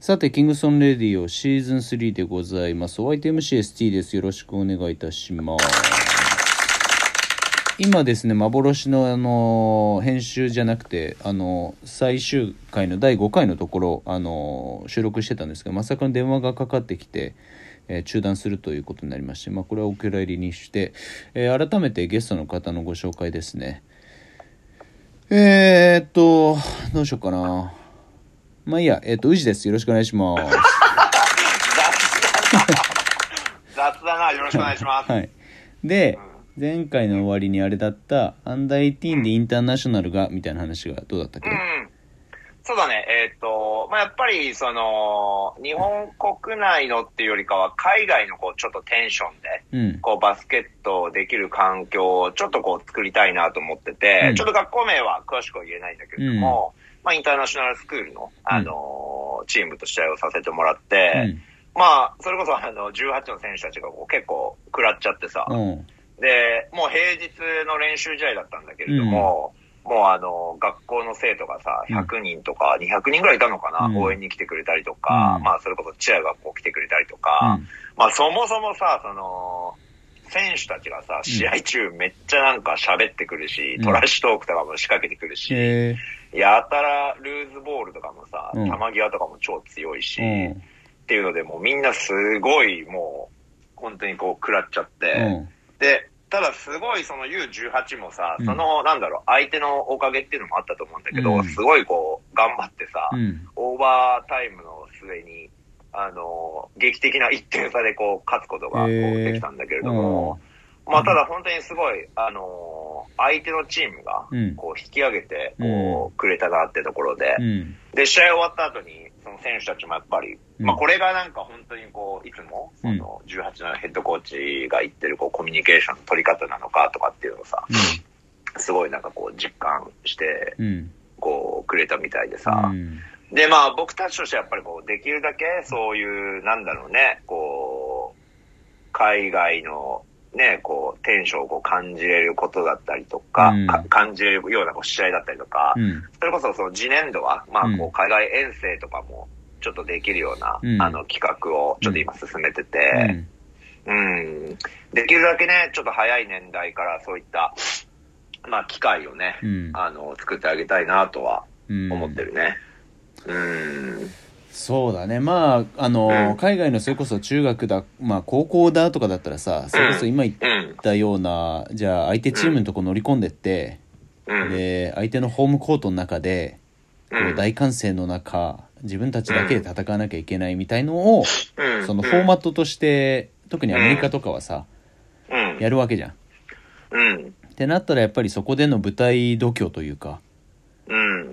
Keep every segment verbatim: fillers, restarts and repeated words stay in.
さてキングソンレディオシーズンスリーでございます。お相手 エムシーエスティー です。よろしくお願いいたします。今ですね、幻のあの編集じゃなくてあの最終回のだいごかいのところあの収録してたんですが、まさかの電話がかかってきて、えー、中断するということになりまして、まあ、これはお蔵入りにして、えー、改めてゲストの方のご紹介ですね。えー、っとどうしようかな。まあいいや、えー、っと宇治です。よろしくお願いします。 雑だな、よろしくお願いします。 はい。で、うん、前回の終わりにあれだったアンダーじゅうはちでインターナショナルがみたいな話がどうだったっけ？ うん、そうだね。えっと、まあ、やっぱりその日本国内のっていうよりかは海外のこうちょっとテンションで、うん、こうバスケットできる環境をちょっとこう作りたいなと思ってて、うん、ちょっと学校名は詳しくは言えないんだけれども、うん、まあインターナショナルスクールのあのーうん、チームと試合をさせてもらって。うんまあ、それこそあの、じゅうはちの選手たちがこう結構食らっちゃってさ、うん、で、もう平日の練習試合だったんだけれども、うん、もうあの、学校の生徒がさ、ひゃくにんとかにひゃくにんぐらいいたのかな、うん、応援に来てくれたりとか、うん、まあ、それこそチアがこう来てくれたりとか、うん、まあ、そもそもさ、その、選手たちがさ、試合中めっちゃなんか喋ってくるし、うん、トラッシュトークとかも仕掛けてくるし、やたらルーズボールとかもさ、球際とかも超強いし、うんっていうのでもうみんなすごいもう本当にこう食らっちゃって、うん、でただすごいその ユーじゅうはち もさ、うん、そのなんだろう相手のおかげっていうのもあったと思うんだけど、うん、すごいこう頑張ってさ、うん、オーバータイムの末にあの劇的ないってん差でこう勝つことがこうできたんだけれども、まあただ本当にすごいあの相手のチームがこう引き上げてこうくれたなってところで、うん、で試合終わった後にその選手たちもやっぱり、まあこれがなんか本当にこういつもそのじゅうはちのヘッドコーチが言ってるこうコミュニケーションの取り方なのかとかっていうのをさ、うん、すごいなんかこう実感してこうくれたみたいでさ、うん、でまあ僕たちとしてはやっぱりこうできるだけそういうなんだろうねこう海外のね、こう、テンションをこう感じれることだったりとか、うん、か感じれるようなこう試合だったりとか、うん、それこそその次年度は、まあこう、海外遠征とかもちょっとできるような、うん、あの企画をちょっと今進めてて、うん、うん、できるだけね、ちょっと早い年代からそういった、まあ機会をね、うん、あの、作ってあげたいなとは思ってるね。うん、うんそうだね。まああの、うん、海外のそれこそ中学だ、まあ高校だとかだったらさ、それこそ今言ったような、うん、じゃあ相手チームのとこ乗り込んでって、うん、で相手のホームコートの中で、こう大歓声の中自分たちだけで戦わなきゃいけないみたいのを、うん、そのフォーマットとして特にアメリカとかはさ、うん、やるわけじゃん、うん、ってなったらやっぱりそこでの舞台度胸というかうん、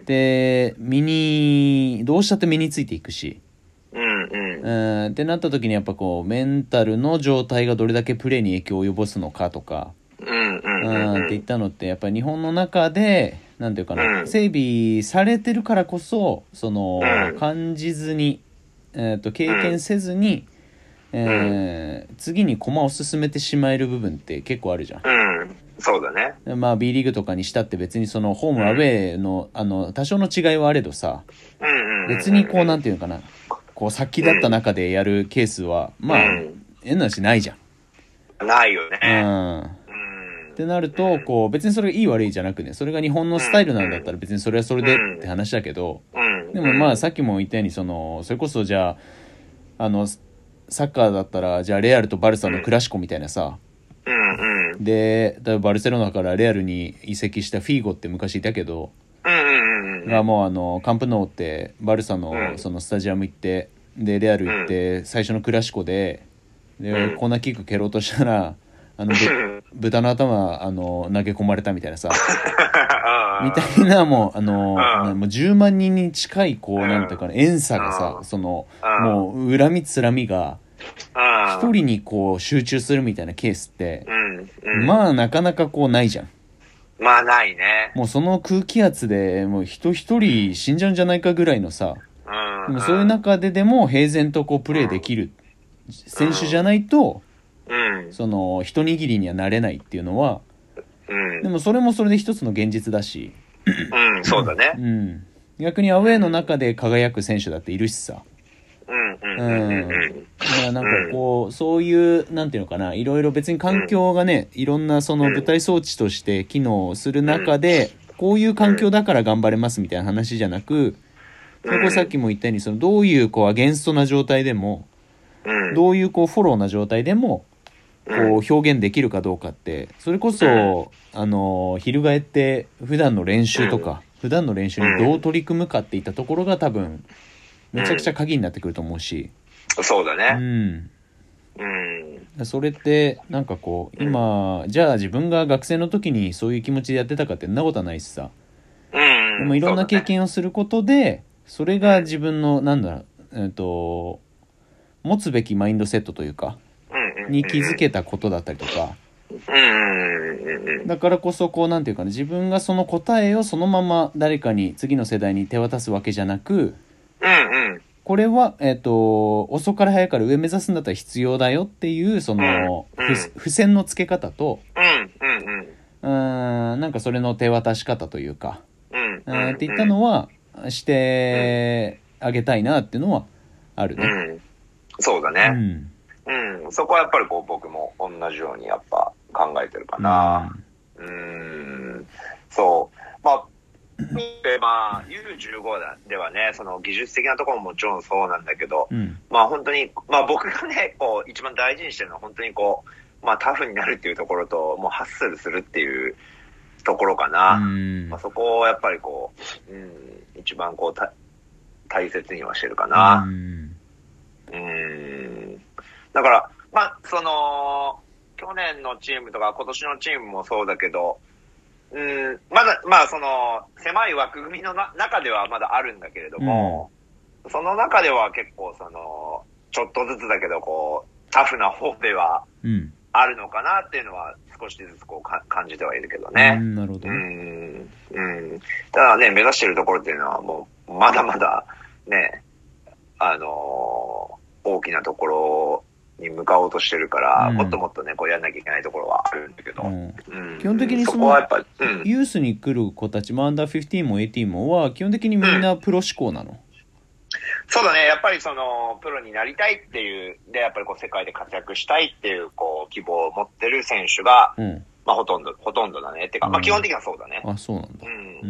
で身にどうしたって身についていくし、うんうん、ってなった時にやっぱこうメンタルの状態がどれだけプレーに影響を及ぼすのかとか、うんうんうんうん、っていったのってやっぱり日本の中でなんていうかな、うん、整備されてるからこそその、うん、感じずに、えー、と経験せずに、うんえー、次に駒を進めてしまえる部分って結構あるじゃん。 うんそうだね。 まあ B リーグとかにしたって別にそのホームアウェーの、うん、あの多少の違いはあれどさ、うんうんうん、別にこうなんていうのかなこう先だった中でやるケースは、うん、まあ変な話ないじゃん。ないよね。うん。うん、 ってなるとこう別にそれがいい悪いじゃなくねそれが日本のスタイルなんだったら別にそれはそれでって話だけど、うん、でもまあさっきも言ったようにそのそれこそじゃああのサッカーだったらじゃあレアルとバルサのクラシコみたいなさ、うんうん、で例えばバルセロナからレアルに移籍したフィーゴって昔いたけど、うんうんうん、がもうあのカンプノーってバルサのそのスタジアム行ってでレアル行って最初のクラシコで、で、うん、コーナーキック蹴ろうとしたらあの豚の頭あの投げ込まれたみたいなさみたいなもうあのもうじゅうまんにんに近いこうなんていうかな遠さがさそのもう恨みつらみが一人にこう集中するみたいなケースって、うんうん、まあなかなかこうないじゃん。 まあないね。 もうその空気圧でもう人一人死んじゃうんじゃないかぐらいのさ、うん、でもそういう中ででも平然とこうプレーできる選手じゃないと、うん、その一握りにはなれないっていうのは、うん、でもそれもそれで一つの現実だし、 うん、そうだね、 うん、逆にアウェーの中で輝く選手だっているしさ、 なんかこうそういうなんていうのかないろいろ別に環境がねいろんなその舞台装置として機能する中でこういう環境だから頑張れますみたいな話じゃなく、それこそさっきも言ったようにそのどういうこうアゲンストな状態でもどういうこうフォローな状態でもこう表現できるかどうかってそれこそあの翻って普段の練習とか普段の練習にどう取り組むかっていったところが多分めちゃくちゃ鍵になってくると思うし、 そうだね。 うん。うん。それってなんかこう今じゃあ自分が学生の時にそういう気持ちでやってたかってそんなことはないしさ。 うん。 でもいろんな経験をすることでそれが自分のなんだえっと持つべきマインドセットというかに気づけたことだったりとか。だからこそこうなんていうかね自分がその答えをそのまま誰かに次の世代に手渡すわけじゃなく。 うんうん、 これは、えっと、遅から早から上目指すんだったら必要だよっていう、その、 うんうん、 付箋の付け方と、 うんうんうん、なんかそれの手渡し方というか、 うんうん、っていったのは、してあげたいなっていうのはあるね。 うん、そうだね。うん。うん、そこはやっぱりこう僕も同じようにやっぱ考えてるかな。うん、うんそう。まあでまあ ユーじゅうご ではねその技術的なところももちろんそうなんだけど、 うん、 まあ本当にまあ僕がねこう一番大事にしてるのは本当にこうまあタフになるっていうところともうハッスルするっていうところかな、 うんまあ、そこをやっぱりこう、うん、一番こうた大切にはしてるかな。うん、うんだからまあその去年のチームとか今年のチームもそうだけどうん、まだ、まあ、その、狭い枠組みのな中ではまだあるんだけれども、うん、その中では結構、その、ちょっとずつだけど、こう、タフな方では、あるのかなっていうのは、少しずつこうか感じてはいるけどね。 うん、なるほど、ね。 うん。うん。ただね、目指しているところっていうのは、もう、まだまだ、ね、あのー、大きなところ、に向かおうとしてるから、うん、もっともっとねこうやんなきゃいけないところはあるんだけど、うんうん、基本的にその、うん、ユースに来る子たち、まあ、アンダーじゅうごもじゅうはちもは基本的にみんなプロ志向なの、うん、 そうだねやっぱりそのプロになりたいっていうでやっぱりこう世界で活躍したいっていうこう希望を持ってる選手が、うんまあ、ほとんどほとんどだねってか、まあ、基本的にはそうだね。 あそうなんだ。うんうん、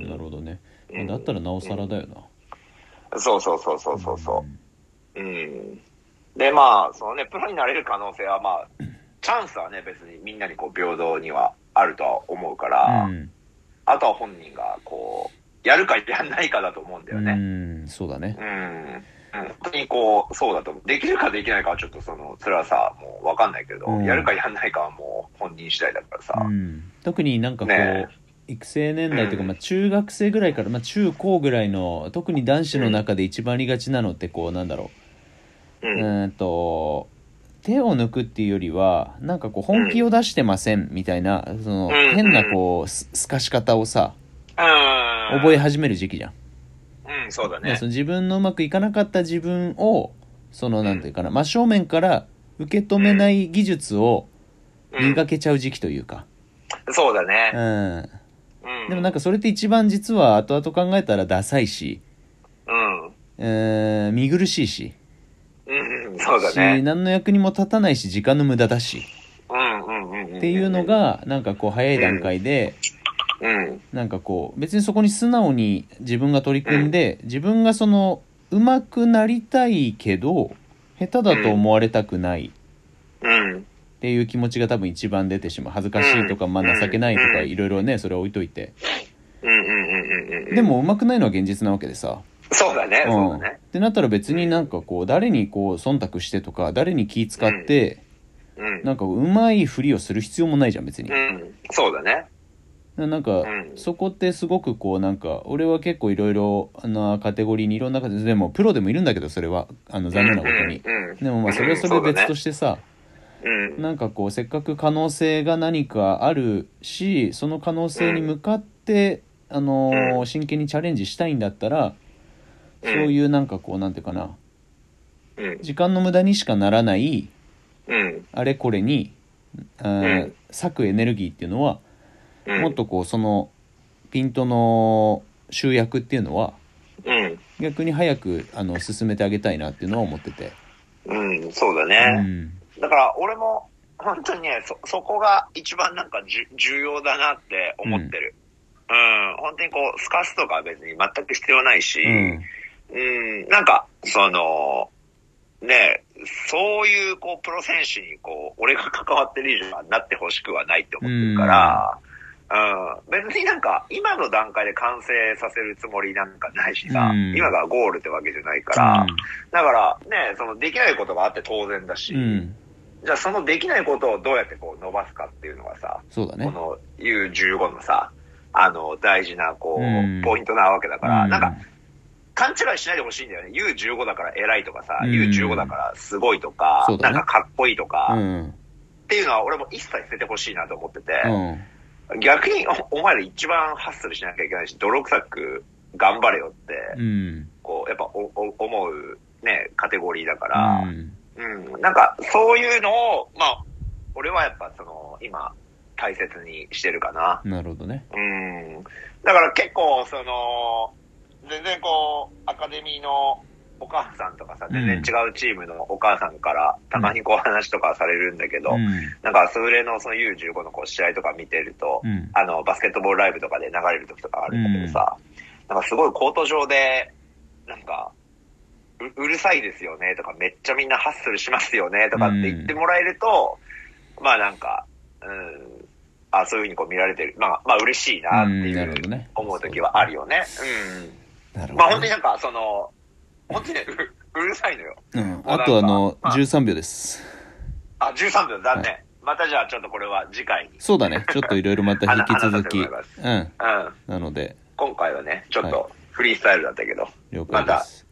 なるほどね。だったらなおさらだよな。 うん、そうそうそうそうそうそううん、うんで、まあ、そのね、プロになれる可能性は、まあ、チャンスはね、別にみんなにこう、平等にはあるとは思うから、うん、あとは本人が、こう、やるかやんないかだと思うんだよね。 うん、そうだね。 うん。本当にこう、そうだと思う。できるかできないかはちょっとその、それはさ、もうわかんないけど、うん、やるかやんないかはもう本人次第だからさ。 うん、特になんかこう、ね、育成年代というか、まあ、中学生ぐらいから、まあ、中高ぐらいの、特に男子の中で一番ありがちなのって、こう、なんだろう。うんと手を抜くっていうよりはなんかこう本気を出してませんみたいなその変なこうすかし方をさ覚え始める時期じゃん。 うんそうだね。 その自分のうまくいかなかった自分をそのなんていうかな真正面から受け止めない技術を磨けちゃう時期というか。 そうだね。 うん。でもなんかそれって一番実は後々考えたらダサいし、うん、えー、見苦しいし。 うん、そうだね。 何の役にも立たないし時間の無駄だし、っていうのがなんかこう早い段階で、うん、なんかこう別にそこに素直に自分が取り組んで、うん、自分がその上手くなりたいけど下手だと思われたくないっていう気持ちが多分一番出てしまう。恥ずかしいとか、まあ、情けないとかいろいろねそれは置いといて、でも上手くないのは現実なわけでさ。 そうだね、うん、そうだね。 ってなったら別になんかこう誰にこう忖度してとか誰に気使って、うんうん、なんかうまいふりをする必要もないじゃん別に、 うん、そうだね。 なんか、うん、そこってすごくこうなんか俺は結構いろいろなカテゴリーにいろんな形でもプロでもいるんだけどそれはあの残念なことに、うんうん、でもまあそれはそれで別としてさ、うん、なんかこうせっかく可能性が何かあるしその可能性に向かって、あのー、真剣にチャレンジしたいんだったらそういうなんかこうなんていうかな、うん、時間の無駄にしかならない、うん、あれこれにあ、うん、割くエネルギーっていうのは、うん、もっとこうそのピントの集約っていうのは、うん、 逆に早くあの進めてあげたいなっていうのは思ってて。 うん、そうだね。うん、だから俺も本当にね、そ、そこが一番なんかじゅ重要だなって思ってる。うん、うん、本当にこう、スカスとか別に全く必要ないし、うん、うん、なんか、その、ね、そういうこう、プロ選手にこう、俺が関わってる以上はなってほしくはないって思ってるから、うん、うん、別になんか、今の段階で完成させるつもりなんかないしさ、うん、今がゴールってわけじゃないから、うん、だからね、そのできないことがあって当然だし、うん、じゃあそのできないことをどうやってこう伸ばすかっていうのがさ、 そうだね、 この ユーじゅうご のさ、あの、大事なこう、うん、ポイントなわけだから、うん、なんか、勘違いしないでほしいんだよね。ユーじゅうご だから偉いとかさ、うん、ユーじゅうご だからすごいとか、ね、なんかかっこいいとか、うん、っていうのは俺も一切捨ててほしいなと思ってて、うん、逆にお、お前ら一番ハッスルしなきゃいけないし、泥臭く頑張れよって、うん、こう、やっぱおお思うね、カテゴリーだから、うん、うん、なんかそういうのを、まあ、俺はやっぱその、今、大切にしてるかな。 なるほどね。 うん。だから結構、その、全然こう、アカデミーのお母さんとかさ、全然違うチームのお母さんからたまにこう話とかされるんだけど、うん、なんかそれのその ユーじゅうご のこう試合とか見てると、うん、あの、バスケットボールライブとかで流れる時とかあるんだけどさ、うん、なんかすごいコート上で、なんかう、うるさいですよねとか、めっちゃみんなハッスルしますよねとかって言ってもらえると、うん、まあなんか、うん、あ、そういう風にこう見られてる。まあ、まあ嬉しいなっていう、思う時はあるよね。うん。なるほどね。まあ本当になんか、その、本当にね、う, うるさいのよ。 うん。あとあの、まあ、じゅうさんびょうです。 あ、じゅうさんびょう、残念。はい、またじゃあちょっとこれは次回に。 そうだね。ちょっといろいろまた引き続き。うん。うん。 なので。今回はね、ちょっとフリースタイルだったけど。 了解です。また